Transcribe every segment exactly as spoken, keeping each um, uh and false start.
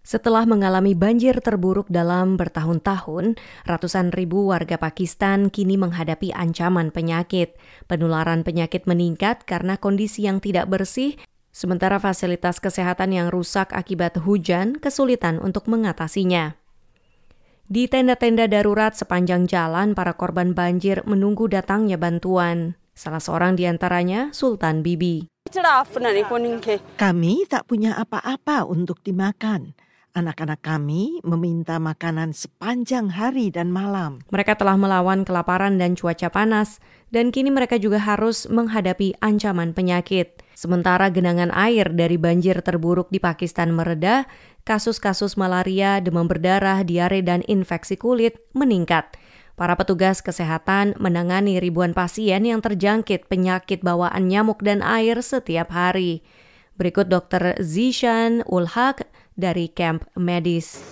Setelah mengalami banjir terburuk dalam bertahun-tahun, ratusan ribu warga Pakistan kini menghadapi ancaman penyakit. Penularan penyakit meningkat karena kondisi yang tidak bersih, sementara fasilitas kesehatan yang rusak akibat hujan kesulitan untuk mengatasinya. Di tenda-tenda darurat sepanjang jalan, para korban banjir menunggu datangnya bantuan. Salah seorang di antaranya, Sultan Bibi. Kami tak punya apa-apa untuk dimakan. Anak-anak kami meminta makanan sepanjang hari dan malam. Mereka telah melawan kelaparan dan cuaca panas, dan kini mereka juga harus menghadapi ancaman penyakit. Sementara genangan air dari banjir terburuk di Pakistan mereda, kasus-kasus malaria, demam berdarah, diare, dan infeksi kulit meningkat. Para petugas kesehatan menangani ribuan pasien yang terjangkit penyakit bawaan nyamuk dan air setiap hari. Berikut dokter Zishan Ul-Haq dari Camp Medis.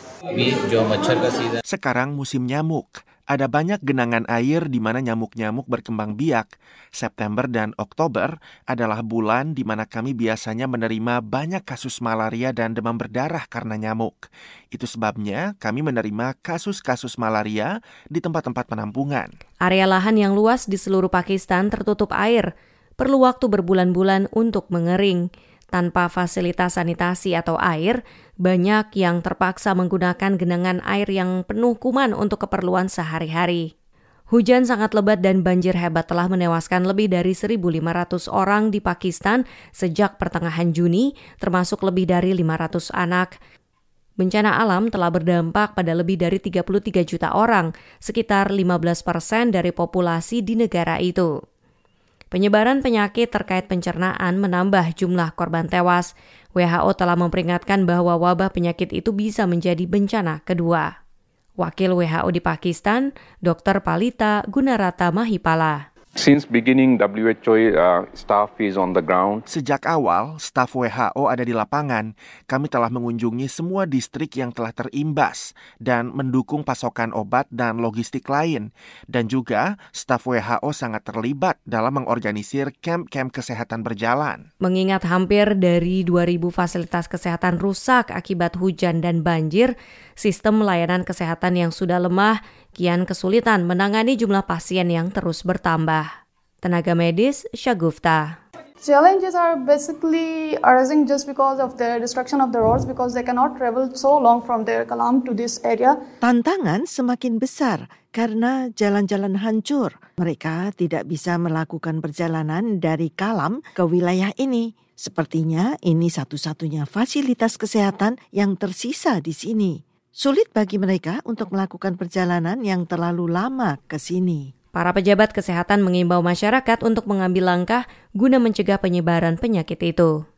Sekarang musim nyamuk. Ada banyak genangan air di mana nyamuk-nyamuk berkembang biak. September dan Oktober adalah bulan di mana kami biasanya menerima banyak kasus malaria dan demam berdarah karena nyamuk. Itu sebabnya kami menerima kasus-kasus malaria di tempat-tempat penampungan. Area lahan yang luas di seluruh Pakistan tertutup air. Perlu waktu berbulan-bulan untuk mengering. Tanpa fasilitas sanitasi atau air, banyak yang terpaksa menggunakan genangan air yang penuh kuman untuk keperluan sehari-hari. Hujan sangat lebat dan banjir hebat telah menewaskan lebih dari seribu lima ratus orang di Pakistan sejak pertengahan Juni, termasuk lebih dari lima ratus anak. Bencana alam telah berdampak pada lebih dari tiga puluh tiga juta orang, sekitar lima belas persen dari populasi di negara itu. Penyebaran penyakit terkait pencernaan menambah jumlah korban tewas. W H O telah memperingatkan bahwa wabah penyakit itu bisa menjadi bencana kedua. Wakil W H O di Pakistan, Dokter Palita Gunarata Mahipala. Since beginning, W H O uh, staff is on the ground. Sejak awal, staf W H O ada di lapangan. Kami telah mengunjungi semua distrik yang telah terimbas dan mendukung pasokan obat dan logistik lain. Dan juga, staf W H O sangat terlibat dalam mengorganisir kamp-kamp kesehatan berjalan. Mengingat hampir dari dua ribu fasilitas kesehatan rusak akibat hujan dan banjir, sistem layanan kesehatan yang sudah lemah kian kesulitan menangani jumlah pasien yang terus bertambah. Tenaga medis Shagufta. Challenges are basically arising just because of the destruction of the roads because they cannot travel so long from their Kalam to this area. Tantangan semakin besar karena jalan-jalan hancur. Mereka tidak bisa melakukan perjalanan dari Kalam ke wilayah ini. Sepertinya ini satu-satunya fasilitas kesehatan yang tersisa di sini. Sulit bagi mereka untuk melakukan perjalanan yang terlalu lama ke sini. Para pejabat kesehatan mengimbau masyarakat untuk mengambil langkah guna mencegah penyebaran penyakit itu.